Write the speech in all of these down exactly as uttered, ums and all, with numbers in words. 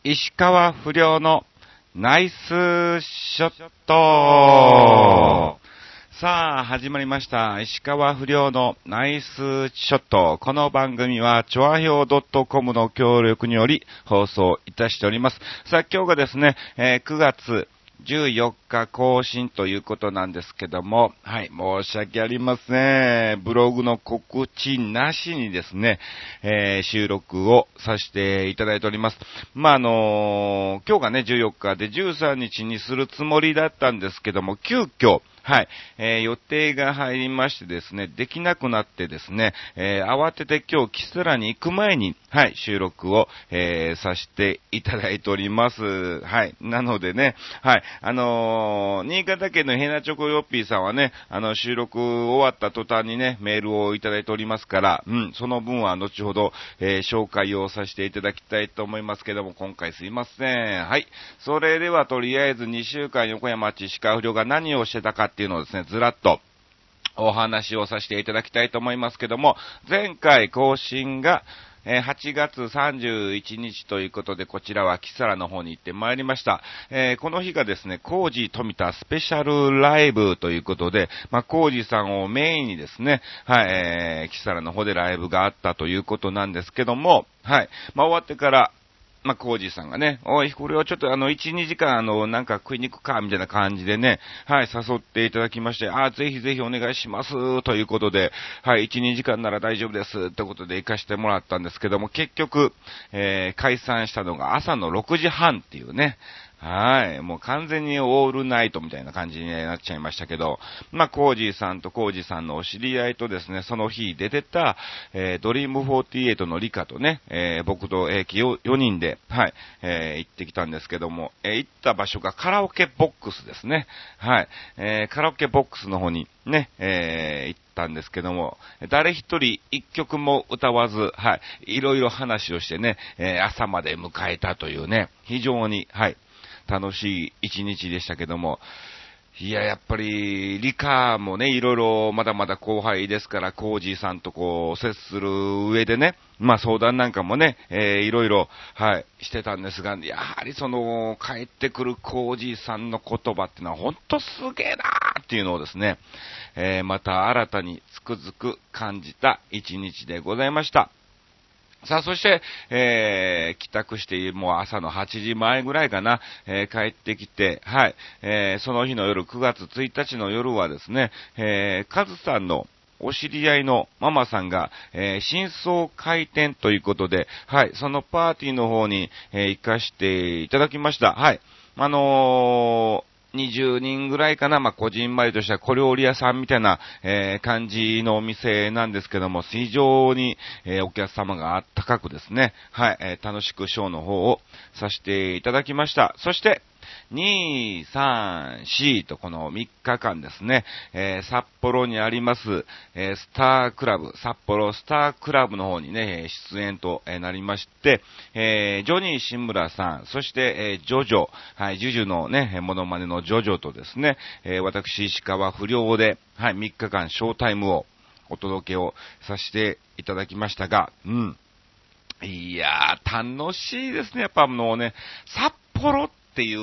石川不良のナイスショット。さあ、始まりました。石川不良のナイスショット。この番組は、チョアヒョウ .com の協力により放送いたしております。さあ、今日がですね、えー、くがつじゅうよっか更新ということなんですけども、はい、申し訳ありません。ブログの告知なしにですね、えー、収録をさせていただいております。まあ、あのー、今日がね、じゅうよっかでじゅうさんにちにするつもりだったんですけども、急遽、はい、えー、予定が入りましてですね、できなくなってですね、えー、慌てて今日キスラに行く前に、はい、収録を、えー、させていただいております。はい、なのでね、はい、あのー、新潟県のヘナチョコヨッピーさんはね、あの、収録終わった途端にね、メールをいただいておりますから、うん、その分は後ほど、えー、紹介をさせていただきたいと思いますけども、今回すいません。はい、それではとりあえずにしゅうかん横山石川不良が何をしてたかっていうのをですね、ずらっとお話をさせていただきたいと思いますけども、前回更新がはちがつさんじゅういちにちということで、こちらはキサラの方に行ってまいりました。えー、この日がですね、コージー富田スペシャルライブということで、まあ、コージーさんをメインにですね、はい、えー、キサラの方でライブがあったということなんですけども、はい、まあ、終わってから、まあ、コージーさんがね、おい、これをちょっとあの、いち、にじかんあの、なんか食いに行くか、みたいな感じでね、はい、誘っていただきまして、あ、ぜひぜひお願いします、ということで、はい、いち、にじかんなら大丈夫です、ということで行かしてもらったんですけども、結局、えー、解散したのが朝のろくじはんっていうね、はい。もう完全にオールナイトみたいな感じになっちゃいましたけど、まあ、コージーさんとコージーさんのお知り合いとですね、その日出てた、えー、ドリームフォーティーエイトのリカとね、えー、僕と、えー、よにんで、はい、えー、行ってきたんですけども、えー、行った場所がカラオケボックスですね。はい。えー、カラオケボックスの方にね、えー、行ったんですけども、誰一人一曲も歌わず、はい、いろいろ話をしてね、えー、朝まで迎えたというね、非常に、はい、楽しい一日でしたけども、いや、やっぱり、リカもね、いろいろ、まだまだ後輩ですから、コージーさんとこう、接する上でね、まあ相談なんかもね、えー、いろいろ、はい、してたんですが、やはりその、帰ってくるコージーさんの言葉っていうのは、ほんとすげえなーっていうのをですね、えー、また新たにつくづく感じた一日でございました。さあ、そして、えー、帰宅して、もう朝のはちじまえぐらいかな、えー、帰ってきて、はい、えー、その日の夜、くがつついたちの夜はですね、えー、カズさんのお知り合いのママさんが、えー、新装開店ということで、はい、そのパーティーの方に、えー、行かしていただきました。はい、あのー、にじゅうにんぐらいかな、まあ、こじんまりとした小料理屋さんみたいな、えー、感じのお店なんですけども、非常に、えー、お客様があったかくですね、はい、えー、楽しくショーの方をさせていただきました。そして、に、さん、しとこのみっかかんですね、えー、札幌にあります、えー、スタークラブ、札幌スタークラブの方にね、出演となりまして、えー、ジョニー志村さん、そして、えー、ジョジョ、はい、ジュジュのね、モノマネのジョジョとですね、えー、私石川不良で、はい、みっかかんショータイムをお届けをさせていただきましたが、うん。いやー、楽しいですね。やっぱもうね、札幌っていう、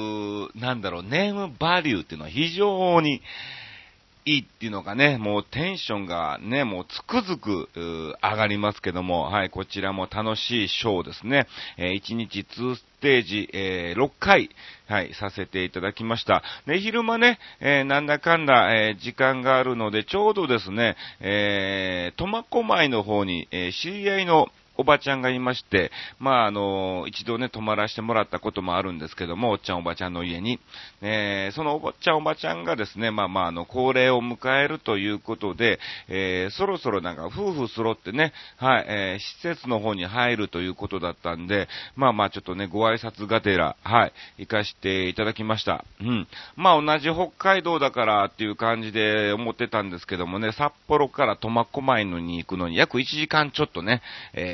なんだろう、ネームバリューっていうのは非常にいいっていうのがね、もうテンションがね、もうつくづく上がりますけども、はい、こちらも楽しいショーですね。えー、いちにちにステージ、えー、ろっかい、はい、させていただきました。で、昼間ね、えー、なんだかんだ、えー、時間があるので、ちょうどですね、えー、苫小牧の方に、えー、知り合いのおばちゃんがいまして、まあ、あの、一度ね、泊まらせてもらったこともあるんですけども、おっちゃんおばちゃんの家に、えー、そのおばちゃんおばちゃんがですね、まあまあ、あの、高齢を迎えるということで、えー、そろそろなんか、夫婦揃ってね、はい、えー、施設の方に入るということだったんで、まあまあ、ちょっとね、ご挨拶がてら、はい、行かしていただきました。うん。まあ、同じ北海道だからっていう感じで思ってたんですけどもね、札幌から苫小牧のに行くのに約いちじかんちょっとね、えー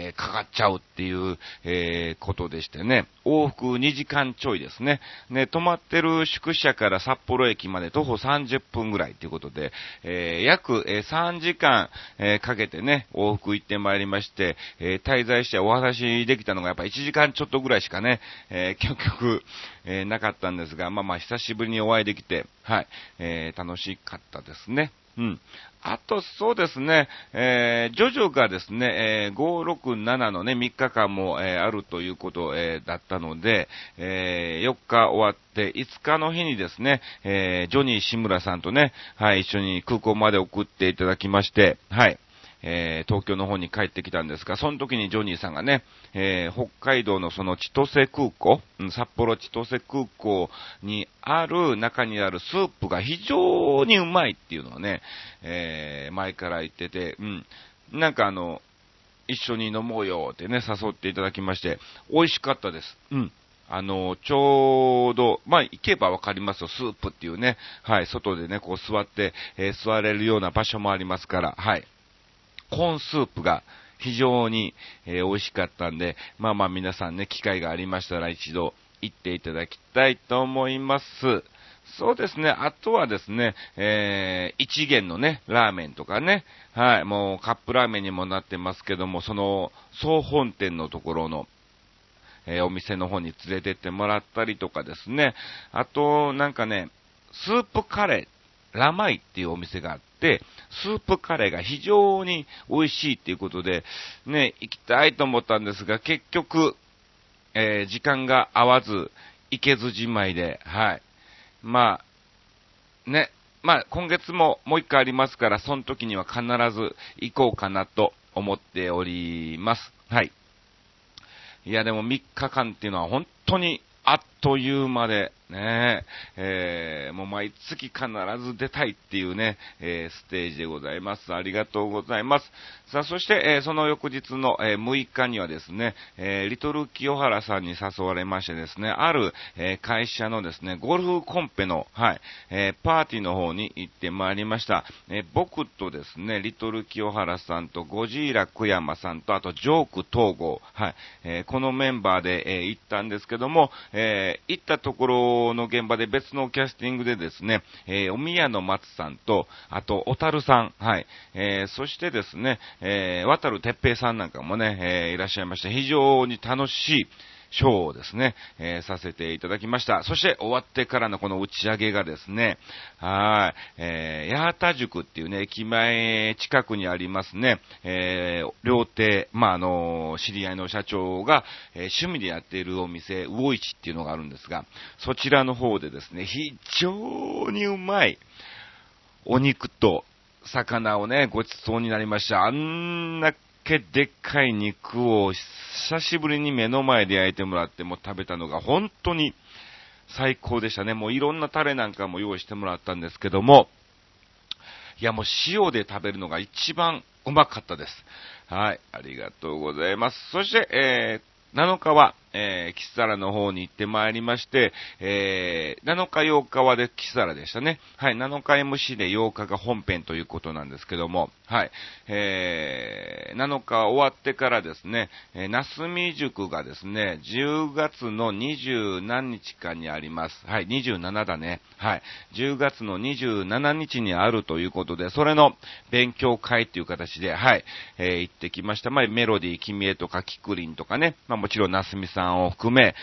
えー、かかっちゃうっていう、えー、ことでしてね、往復にじかんちょいですね。ね、泊まってる宿舎から札幌駅まで徒歩さんじゅっぷんぐらいということで、えー、約、えー、さんじかん、えー、かけてね、往復行ってまいりまして、えー、滞在してお話できたのがやっぱいちじかんちょっとぐらいしかね、えー、結局、えー、なかったんですが、まあまあ久しぶりにお会いできて、はい、えー、楽しかったですね。うん。あと、そうですね、えー、ジョジョがですね、えー、ご、ろく、ななのね、みっかかんも、えー、あるということ、えー、だったので、えー、よっか終わって、いつかの日にですね、えー、ジョニー志村さんとね、はい、一緒に空港まで送っていただきまして、はい。えー、東京の方に帰ってきたんですが、その時にジョニーさんがね、えー、北海道のその千歳空港、札幌千歳空港にある、中にあるスープが非常にうまいっていうのをね、えー、前から言ってて、うん。なんかあの、一緒に飲もうよってね、誘っていただきまして、美味しかったです。うん。あの、ちょうど、まあ、行けばわかりますよ、スープっていうね、はい、外でね、こう座って、えー、座れるような場所もありますから、はい。コーンスープが非常に、えー、美味しかったんで、まあまあ皆さんね、機会がありましたら一度行っていただきたいと思います。そうですね、あとはですね、えー、一元のね、ラーメンとかね、はい、もうカップラーメンにもなってますけども、その、総本店のところの、えー、お店の方に連れてってもらったりとかですね、あと、なんかね、スープカレー、ラマイっていうお店があって、スープカレーが非常に美味しいっていうことで、ね、行きたいと思ったんですが、結局、えー、時間が合わず、行けずじまいで、はい。まあ、ね、まあ、今月ももう一回ありますから、その時には必ず行こうかなと思っております。はい。いや、でもみっかかんっていうのは本当にあっという間で、ねえ、えー、もう毎月必ず出たいっていうね、えー、ステージでございます。ありがとうございます。さあ、そして、えー、その翌日の、えー、むいかにはですね、えー、リトル清原さんに誘われましてですね、ある、えー、会社のですね、ゴルフコンペの、はい、えー、パーティーの方に行ってまいりました。えー、僕とですね、リトル清原さんとゴジーラ久山さんと、あとジョーク東郷、はい、えー、このメンバーで、えー、行ったんですけども、えー、行ったところの現場で別のキャスティングでですね、えー、お宮の松さんと、あと、小樽さん、はい、えー、そしてですね、えー、渡る哲平さんなんかもね、えー、いらっしゃいまして、非常に楽しいショーをですね、えー、させていただきました。そして終わってからのこの打ち上げがですね、はい、えー、八幡塾っていうね、駅前近くにありますね、えー、料亭、まあ、あのー、知り合いの社長が、えー、趣味でやっているお店、魚市っていうのがあるんですが、そちらの方でですね、非常にうまいお肉と魚をね、ごちそうになりました。あんなでっかい肉を久しぶりに目の前で焼いてもらっても食べたのが本当に最高でしたね。もういろんなタレなんかも用意してもらったんですけども、いやもう塩で食べるのが一番うまかったです。はい、ありがとうございます。そして、えーなのかは、えー、キサラの方に行ってまいりまして、えー、なのかようかはでキサラでしたね。はい、なのか エムシー でようかが本編ということなんですけども、はい、えー、なのか終わってからですね、えー、なすみ塾がですね、じゅうがつのにじゅうなんにちかにあります。はい、にじゅうななだね。はい、じゅうがつのにじゅうしちにちにあるということで、それの勉強会っていう形で、はい、えー、行ってきました。まあ、メロディー、君へとか、キクリンとかね、まあもちろん、なすみさんを含め、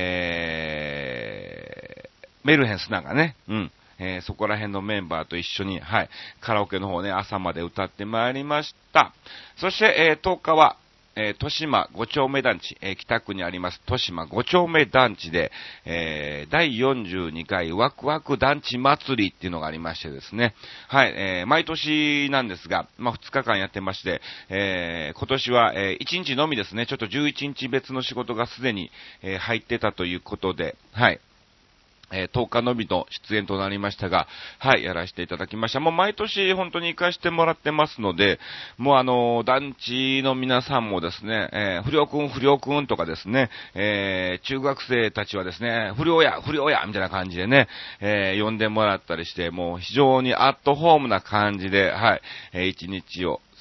えー、メルヘンスなんかね、うん、えー、そこら辺のメンバーと一緒に、はい、カラオケの方ね、朝まで歌ってまいりました。そして、えー、とおかは、えー、豊島ご丁目団地、えー、北区にあります、豊島ご丁目団地で、えー、だいよんじゅうにかいワクワク団地祭りっていうのがありましてですね、はい、えー、毎年なんですが、まあ、ふつかかんやってまして、えー、今年は、えー、いちにちのみですね、ちょっとじゅういちにち別の仕事がすでに、えー、入ってたということで、はい、えー、とおかのみの出演となりましたが、はい、やらせていただきました。もう毎年本当に行かせてもらってますので、もうあのー、団地の皆さんもですね、えー、不良くん、不良くんとかですね、えー、中学生たちはですね、不良や、不良や、みたいな感じでね、えー、呼んでもらったりして、もう非常にアットホームな感じで、はい、えー、一日を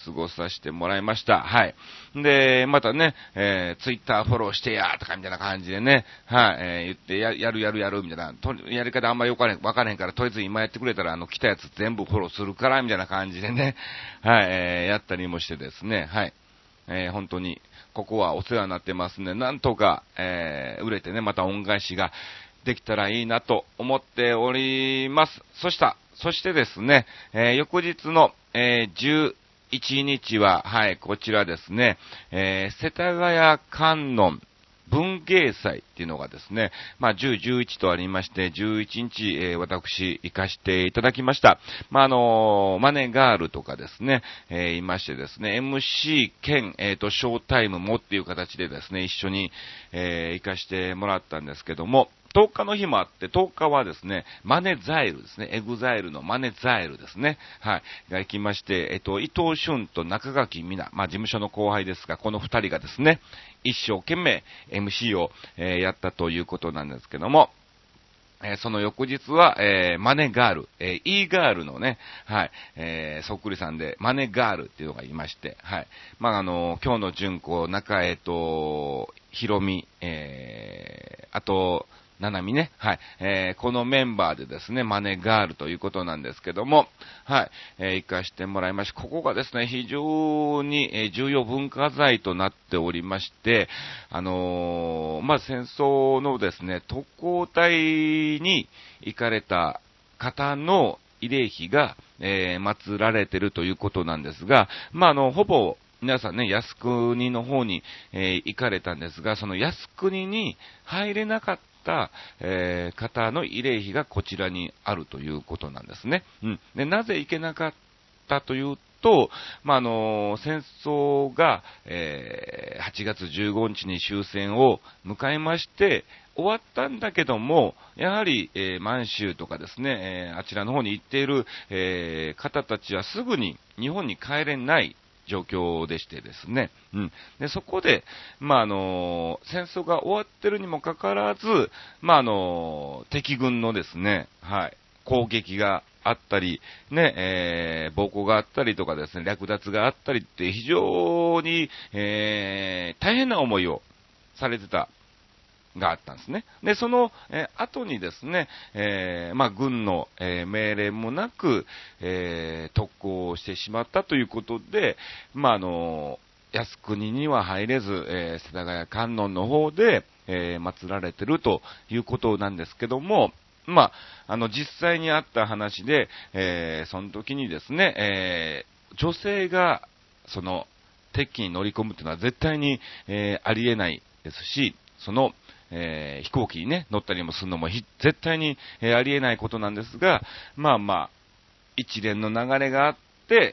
過ごさせてもらいました。はい。で、またね、えー、ツイッターフォローしてやーとかみたいな感じでね、はい、えー、言ってや、やるやるやるみたいな、とやり方あんまりわからへん、わからへんから、とりあえず今やってくれたら、あの、来たやつ全部フォローするから、みたいな感じでね、はい、えー、やったりもしてですね、はい。えー、本当に、ここはお世話になってますんで、なんとか、えー、売れてね、また恩返しができたらいいなと思っております。そした、そしてですね、えー、翌日の、えー、じゅういちにちは、はい、こちらですね、えー、世田谷観音文芸祭っていうのがですね、まあ、じゅう、じゅういちとありまして、じゅういちにち、えー、私、行かしていただきました。まあ、あのー、マネガールとかですね、えー、いましてですね、エムシー 兼、えっと、ショータイムもっていう形でですね、一緒に、えー、行かしてもらったんですけども、とおかの日もあって、とおかはですね、マネザイルですね、エグザイルのマネザイルですね、はい、が行きまして、えっと、伊藤俊と中垣美奈、まあ、事務所の後輩ですが、この二人がですね、一生懸命 エムシー を、えー、やったということなんですけども、えー、その翌日は、えー、マネガール、えー、E ガールのね、はい、えー、そっくりさんで、マネガールっていうのがいまして、はい。まあ、あのー、今日の純子、中江と、ひろみ、えー、あと、ななみね、はい、えー、このメンバーでですね、マネガールということなんですけども、はい、えー、行かしてもらいました。ここがですね、非常に、えー、重要文化財となっておりまして、あのー、まあ、戦争のですね、特攻隊に行かれた方の慰霊碑が、えー、祀られているということなんですが、まあ、あの、ほぼ、皆さんね、靖国の方に、えー、行かれたんですが、その靖国に入れなかった、えー、方の慰霊碑がこちらにあるということなんですね。うん。で、なぜ行けなかったというと、まあ、あのー、戦争が、えー、はちがつじゅうごにちに終戦を迎えまして、終わったんだけども、やはり、えー、満州とかですね、えー、あちらの方に行っている、えー、方たちはすぐに日本に帰れない状況でしてですね。うん。で、そこで、まあ、あのー、戦争が終わってるにもかかわらず、まあ、あのー、敵軍のですね、はい、攻撃があったり、ね、えー、暴行があったりとかですね、略奪があったりって非常に、えー、大変な思いをされてたがあったんですね。で、その、えー、後にですね、えー、まあ、軍の、えー、命令もなく、えー、特攻をしてしまったということで、まあ、あの、靖国には入れず、えー、世田谷観音の方で、えー、祀られてるということなんですけども、まあ、あの、実際にあった話で、えー、その時にですね、えー、女性が、その、鉄器に乗り込むというのは絶対に、えー、ありえないですし、その、えー、飛行機にね、乗ったりもするのも絶対に、えー、ありえないことなんですが、まあまあ、一連の流れがあって、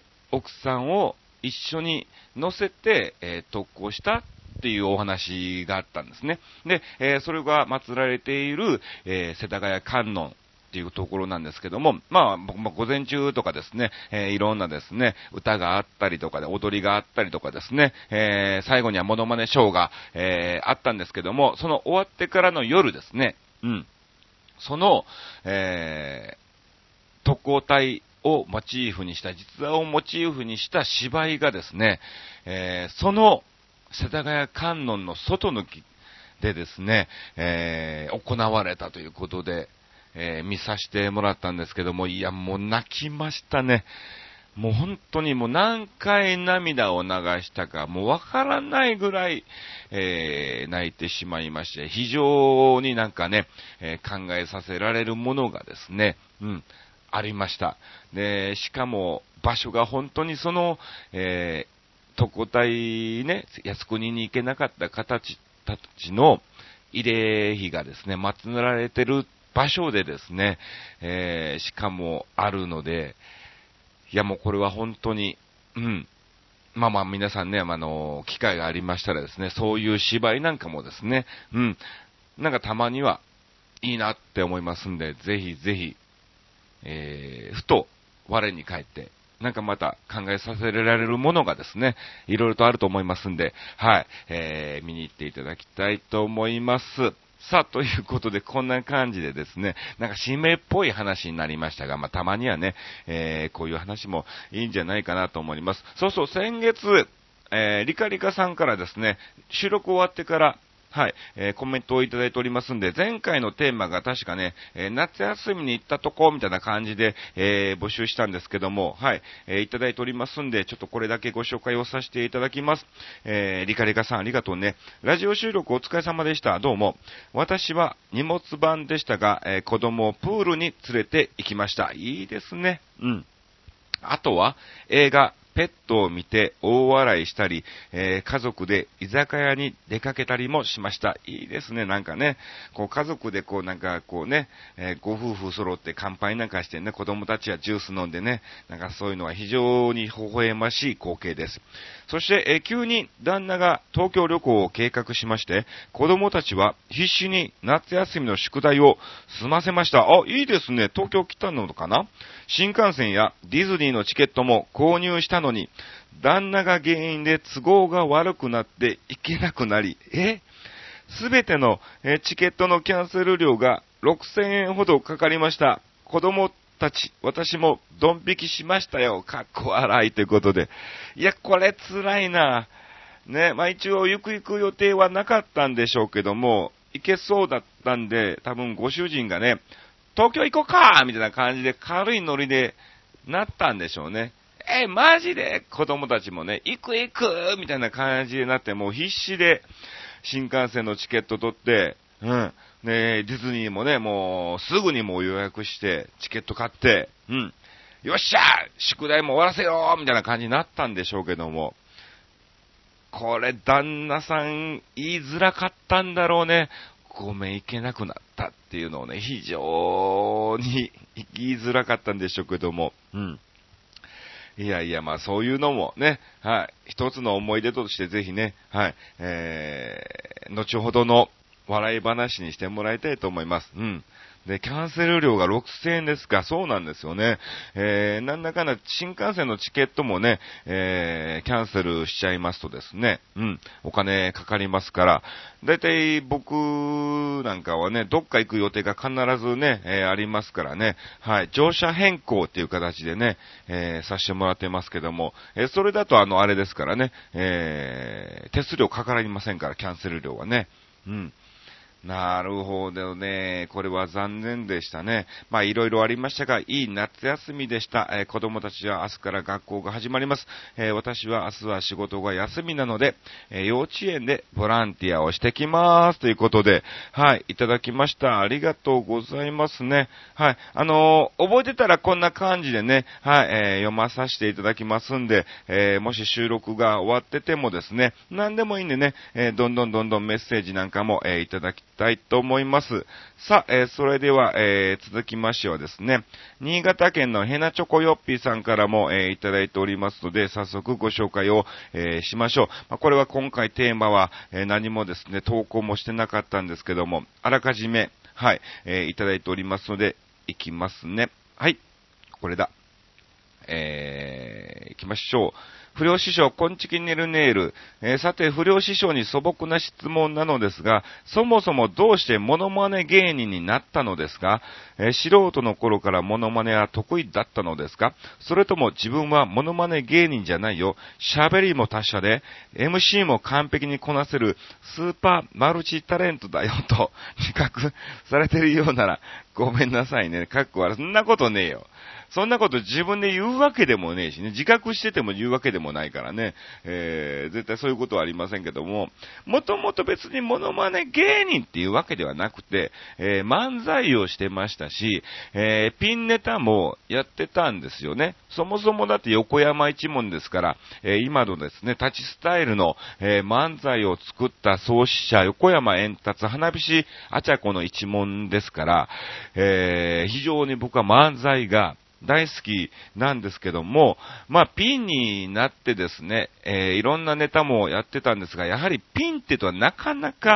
奥さんを一緒に乗せて、えー、特攻したっていうお話があったんですね。で、えー、それが祀られている、えー、世田谷観音っていうところなんですけども、まあ、まあ、午前中とかですね、えー、いろんなですね、歌があったりとかで、踊りがあったりとかですね、えー、最後にはモノマネショーが、えー、あったんですけども、その終わってからの夜ですね、うん、その、えー、特攻隊をモチーフにした、実話をモチーフにした芝居がですね、えー、その世田谷観音の外抜きでですね、えー、行われたということで、えー、見させてもらったんですけども、いや、もう泣きましたね。もう本当にもう何回涙を流したか、もうわからないぐらい、えー、泣いてしまいまして、非常になんかね、えー、考えさせられるものがですね、うん、ありました。で、しかも場所が本当にその、えー、特攻隊ね、靖国に行けなかった方たちの慰霊碑がですね、祀られてる場所でですね、えー、しかもあるので、いやもうこれは本当に、うん。まあまあ皆さんね、あの、機会がありましたらですね、そういう芝居なんかもですね、うん。なんかたまにはいいなって思いますんで、ぜひぜひ、えー、ふと我に返って、なんかまた考えさせられるものがですね、いろいろとあると思いますんで、はい、えー、見に行っていただきたいと思います。 さあ、ということで、こんな感じでですね、なんか締めっぽい話になりましたが、まあ、たまにはね、えー、こういう話もいいんじゃないかなと思います。そうそう、先月、えー、リカリカさんからですね、収録終わってから、はい、えー、コメントをいただいておりますんで、前回のテーマが確かね、えー、夏休みに行ったとこみたいな感じで、えー、募集したんですけども、はい、えー、いただいておりますんで、ちょっとこれだけご紹介をさせていただきます。えー、リカリカさんありがとうね。ラジオ収録お疲れ様でした。どうも。私は荷物番でしたが、えー、子供をプールに連れて行きました。いいですね。うん。あとは、映画、ペットを見て大笑いしたり、えー、家族で居酒屋に出かけたりもしました。いいですね、なんかね。こう家族でこうなんかこうね、えー、ご夫婦揃って乾杯なんかしてね、子供たちはジュース飲んでね、なんかそういうのは非常に微笑ましい光景です。そして、えー、急に旦那が東京旅行を計画しまして、子供たちは必死に夏休みの宿題を済ませました。あ、いいですね。東京来たのかな？新幹線やディズニーのチケットも購入したのに、旦那が原因で都合が悪くなって行けなくなり、え？すべてのえチケットのキャンセル料がろくせんえんほどかかりました。子供たち、私もドン引きしましたよ。かっこ笑いということで。いや、これ辛いな。ね、まあ一応ゆくゆく予定はなかったんでしょうけども、行けそうだったんで、多分ご主人がね、東京行こうかみたいな感じで軽いノリでなったんでしょうね。え、マジで子供たちもね、行く行くみたいな感じになって、もう必死で新幹線のチケット取って、うん。ね、ディズニーもね、もうすぐにもう予約して、チケット買って、うん。よっしゃ宿題も終わらせよみたいな感じになったんでしょうけども、これ旦那さん言いづらかったんだろうね。ごめん、行けなくなったっていうのをね、非常に言いづらかったんでしょうけども、うん。いやいや、まあそういうのもね、はい、一つの思い出としてぜひね、はい、えー、後ほどの笑い話にしてもらいたいと思います。うん。で、キャンセル料がろくせんえんですか？そうなんですよね。えー、なんだかんだ新幹線のチケットもね、えー、キャンセルしちゃいますとですね、うん、お金かかりますから、だいたい僕なんかはね、どっか行く予定が必ずね、えー、ありますからね、はい、乗車変更っていう形でね、えー、させてもらってますけども、えー、それだとあの、あれですからね、えー、手数料かかりませんから、キャンセル料はね、うん。なるほどね。これは残念でしたね。まあいろいろありましたが、いい夏休みでした。えー、子供たちは明日から学校が始まります。えー、私は明日は仕事が休みなので、えー、幼稚園でボランティアをしてきます。ということで、はい、いただきました。ありがとうございますね。はい、あのー、覚えてたらこんな感じでね、はい、えー、読まさせていただきますんで、えー、もし収録が終わっててもですね、何でもいいんでね、えー、どんどんどんどんメッセージなんかも、えー、いただきたいと思います。さあ、えー、それでは、えー、続きましてはですね、新潟県のヘナチョコヨッピーさんからも、えー、いただいておりますので、早速ご紹介を、えー、しましょう。まあ、これは今回テーマは、えー、何もですね、投稿もしてなかったんですけども、あらかじめ、はい、えー、いただいておりますので、いきますね。はい、これだ。えー、行きましょう。不良師匠、こんちきねるねーる。えー、さて、不良師匠に素朴な質問なのですが、そもそもどうしてモノマネ芸人になったのですか？えー、素人の頃からモノマネは得意だったのですか？それとも自分はモノマネ芸人じゃないよ。喋りも達者で、エムシー も完璧にこなせるスーパーマルチタレントだよと自覚されているようなら、ごめんなさいね。かっこ悪い。そんなことねえよ。そんなこと自分で言うわけでもねえしね、自覚してても言うわけでもないからね、えー、絶対そういうことはありませんけども、もともと別にモノマネ芸人っていうわけではなくて、えー、漫才をしてましたし、えー、ピンネタもやってたんですよね。そもそもだって横山一門ですから、えー、今のですね、立ちスタイルの、えー、漫才を作った創始者、横山円達花火あちゃこの一門ですから、えー、非常に僕は漫才が大好きなんですけども、まあピンになってですね、えー、いろんなネタもやってたんですが、やはりピンってとはなかなか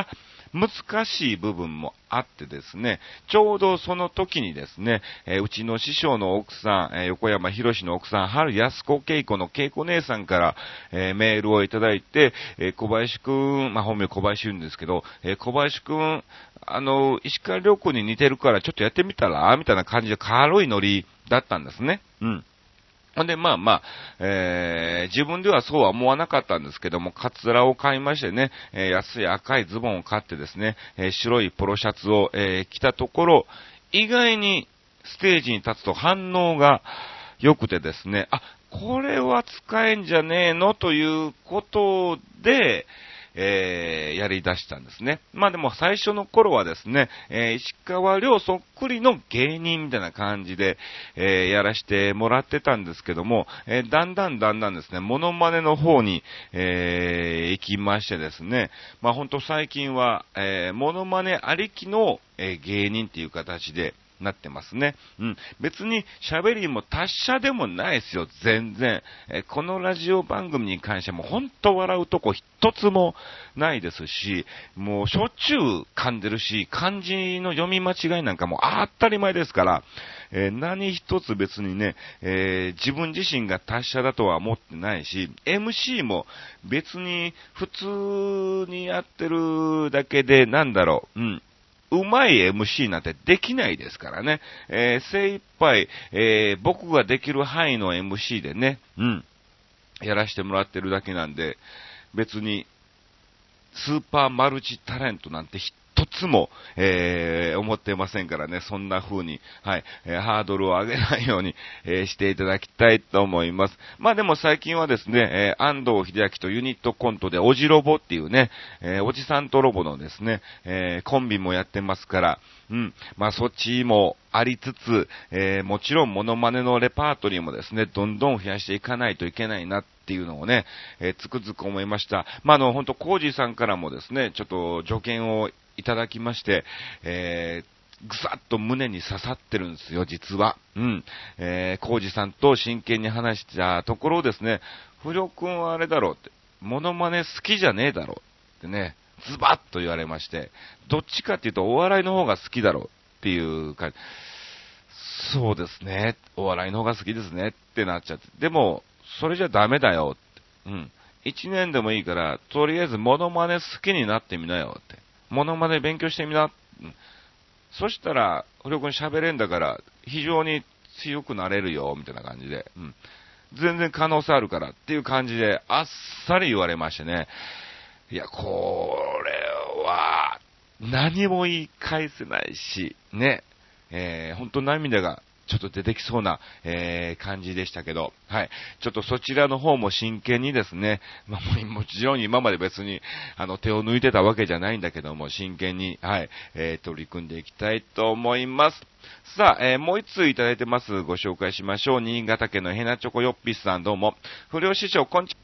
難しい部分もあってですね、ちょうどその時にですね、えー、うちの師匠の奥さん、えー、横山博の奥さん、春安子恵子の恵子姉さんから、えー、メールをいただいて、えー、小林くん、まあ、本名小林言うんですけど、えー、小林くん、あの、石川遼君に似てるからちょっとやってみたらみたいな感じで軽いノリだったんですね。うん。ほんで、まあまあ、えー、自分ではそうは思わなかったんですけども、カツラを買いましてね、えー、安い赤いズボンを買ってですね、えー、白いポロシャツを、えー、着たところ、意外にステージに立つと反応が良くてですね、あ、これは使えんじゃねえのということで、えー、やり出したんですね。まあでも最初の頃はですね、えー、石川遼そっくりの芸人みたいな感じで、えー、やらしてもらってたんですけども、えー、だんだんだんだんですね、モノマネの方に、えー、行きましてですね、まあほんと最近は、えー、モノマネありきの、えー、芸人っていう形で、なってますね。うん。別に喋りも達者でもないですよ、全然。えこのラジオ番組に関しても本当笑うとこ一つもないですし、もうしょっちゅう噛んでるし、漢字の読み間違いなんかも当たり前ですから、えー、何一つ別にね、えー、自分自身が達者だとは思ってないし、エムシー も別に普通にやってるだけで、なんだろう、うん。うまい エムシー なんてできないですからね。えー、精一杯、えー、僕ができる範囲の エムシー でね、うん、やらせてもらってるだけなんで、別に、スーパーマルチタレントなんて一つも、えー、思ってませんからね、そんな風に、はい、えー、ハードルを上げないように、えー、していただきたいと思います。まあでも最近はですね、えー、安藤秀明とユニットコントでおじロボっていうね、えー、おじさんとロボのですね、えー、コンビもやってますから、うん、まあそっちもありつつ、えー、もちろんモノマネのレパートリーもですね、どんどん増やしていかないといけないなっていうのをね、えー、つくづく思いました。まああの、ほんとコージーさんからもですね、ちょっと助言をいただきまして、えー、ぐさっと胸に刺さってるんですよ、実は。うん。えー、コージさんと真剣に話したところですね、不良くんはあれだろうって、モノマネ好きじゃねえだろうってね、ズバッと言われまして、どっちかっていうとお笑いの方が好きだろうっていう感じ。そうですね、お笑いの方が好きですねってなっちゃって。でも、それじゃダメだよって。うん。一年でもいいから、とりあえずモノマネ好きになってみなよって。モノマネ勉強してみな。うん、そしたら、不良くん喋れんだから、非常に強くなれるよ、みたいな感じで。うん。全然可能性あるからっていう感じで、あっさり言われましてね。いや、これは、何も言い返せないし、ね。えー、ほんと涙がちょっと出てきそうな、えー、感じでしたけど、はい。ちょっとそちらの方も真剣にですね、まあ、もちろん今まで別に、あの、手を抜いてたわけじゃないんだけども、真剣に、はい、えー、取り組んでいきたいと思います。さあ、えー、もう一通いただいてます。ご紹介しましょう。新潟県のヘナチョコヨッピスさん、どうも。不良師匠、こんにちは。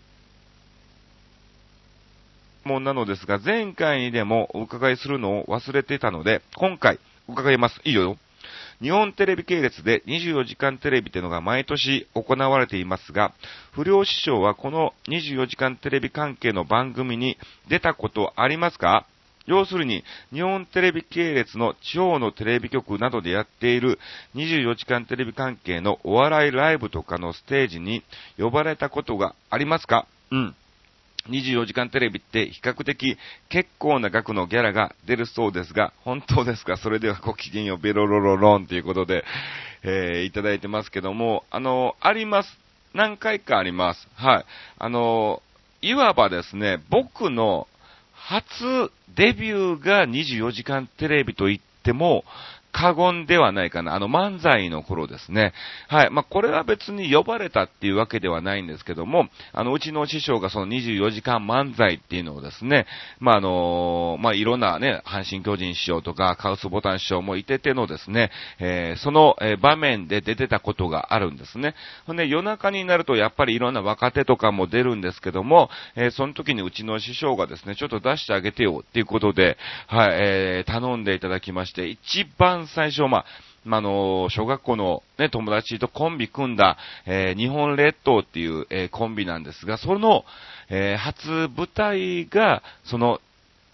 もんなのですが、前回にでもお伺いするのを忘れてたので、今回伺います。いいよ。日本テレビ系列でにじゅうよじかんテレビというのが毎年行われていますが、不良師匠はこのにじゅうよじかんテレビ関係の番組に出たことありますか？要するに、日本テレビ系列の地方のテレビ局などでやっているにじゅうよじかんテレビ関係のお笑いライブとかのステージに呼ばれたことがありますか？うん。にじゅうよじかんテレビって比較的結構な額のギャラが出るそうですが、本当ですか？それではごきげんよう、ベロロロロンということで、えー、いただいてますけども、あの、あります。何回かあります。はい。あの、いわばですね、僕の初デビューがにじゅうよじかんテレビと言っても、過言ではないかな。あの、漫才の頃ですね。はい。まあ、これは別に呼ばれたっていうわけではないんですけども、あの、うちの師匠がそのにじゅうよじかん漫才っていうのをですね、まあ、あのまあ、いろんなね、阪神巨人師匠とか、カウスボタン師匠もいててのですね、えー、その、えー、場面で出てたことがあるんですね。ほんで、夜中になるとやっぱりいろんな若手とかも出るんですけども、えー、その時にうちの師匠がですね、ちょっと出してあげてよっていうことで、はい、えー、頼んでいただきまして、一番最初、まあ、まあの、小学校のね、友達とコンビ組んだ、えー、日本列島っていう、えー、コンビなんですが、その、えー、初舞台が、その、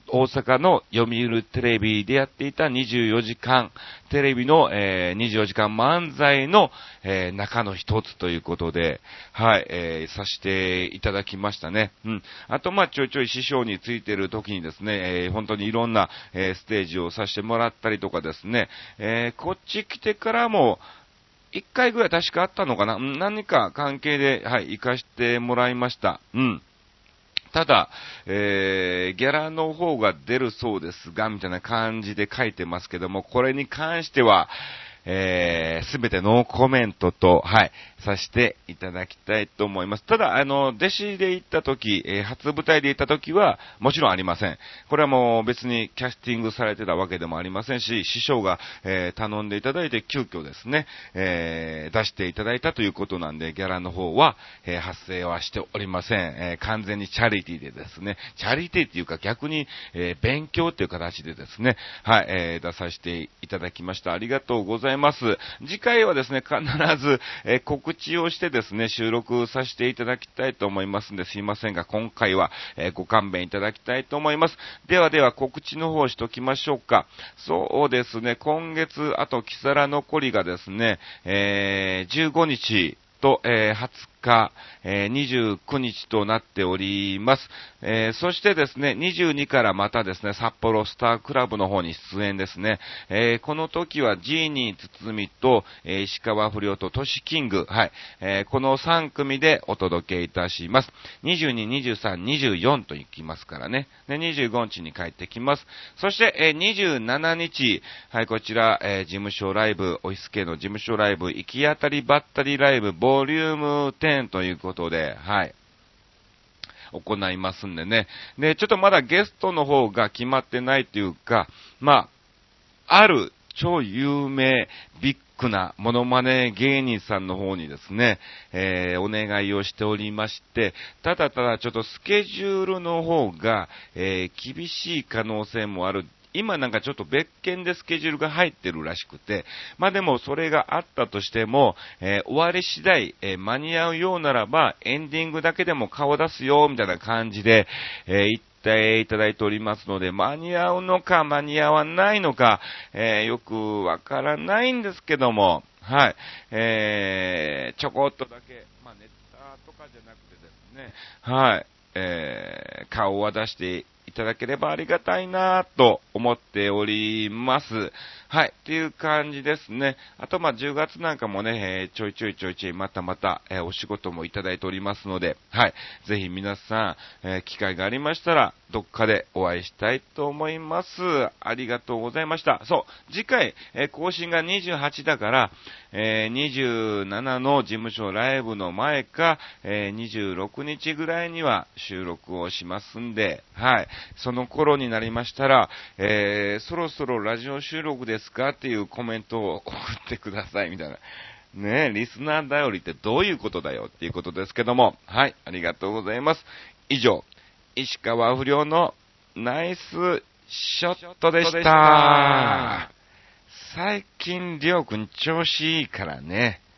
大阪の読売テレビでやっていたにじゅうよじかんテレビの、えー、にじゅうよじかん漫才の、えー、中の一つということで、はい、えー、させていただきましたね。うん。あと、まあ、ちょいちょい師匠についてる時にですね、えー、本当にいろんな、えー、ステージをさせてもらったりとかですね、えー、こっち来てからも、一回ぐらい確かあったのかな、うん、何か関係で、はい、行かしてもらいました。うん。ただ、えー、ギャラの方が出るそうですが、みたいな感じで書いてますけども、これに関しては、えー、すべてノーコメントと、はい、させていただきたいと思います。ただ、あの、弟子で行った時、えー、初舞台で行った時は、もちろんありません。これはもう別にキャスティングされてたわけでもありませんし、師匠が、えー、頼んでいただいて急遽ですね、えー、出していただいたということなんで、ギャラの方は、えー、発生はしておりません。えー、完全にチャリティーでですね、チャリティーっていうか逆に、えー、勉強っていう形でですね、はい、えー、出させていただきました。ありがとうございます。次回はですね、必ず、えー、告知をしてですね、収録させていただきたいと思いますんで、すいませんが、今回は、えー、ご勘弁いただきたいと思います。ではでは、告知の方しときましょうか。そうですね、今月、あと、キサラ残りがですね、えー、じゅうごにちと、えー、はつか、えー、にじゅうくにちとなっております。えー、そしてですね、にじゅうにからまたですね、札幌スタークラブの方に出演ですね。えー、この時はジーニー堤と、えー、石川不良とトシキング、はい、えー、このさん組でお届けいたします。にじゅうに、にじゅうさん、にじゅうよんと行きますからね。で、にじゅうごにちに帰ってきます。そして、えー、にじゅうしちにち、はい、こちら、えー、事務所ライブ、オフィス系の事務所ライブ、行き当たりばったりライブ、ボリュームじゅうということで、はい。行いますんでね。で、ちょっとまだゲストの方が決まってないというか、まあ、ある超有名、ビッグなモノマネ芸人さんの方にですね、えー、お願いをしておりまして、ただただちょっとスケジュールの方が、えー、厳しい可能性もある。今なんかちょっと別件でスケジュールが入ってるらしくて、まあでもそれがあったとしても、えー、終わり次第、えー、間に合うようならば、エンディングだけでも顔出すよ、みたいな感じで、えー、言っていただいておりますので、間に合うのか間に合わないのか、えー、よくわからないんですけども、はい、えー、ちょこっとだけ、まあネタとかじゃなくてですね、はい、えー、顔は出していただければありがたいなと思っております。はい。っていう感じですね。あと、ま、じゅうがつなんかもね、えー、ちょいちょいちょいちょい、またまた、えー、お仕事もいただいておりますので、はい。ぜひ皆さん、えー、機会がありましたら、どっかでお会いしたいと思います。ありがとうございました。そう。次回、えー、更新がにじゅうはちだから、えー、にじゅうななの事務所ライブの前か、えー、にじゅうろくにちぐらいには収録をしますんで、はい。その頃になりましたら、えー、そろそろラジオ収録ですかっていうコメントを送ってくださいみたいな。ねえ、リスナー頼りってどういうことだよっていうことですけども、はい、ありがとうございます。以上、石川不良のナイスショットでした。最近、りょうくん調子いいからね。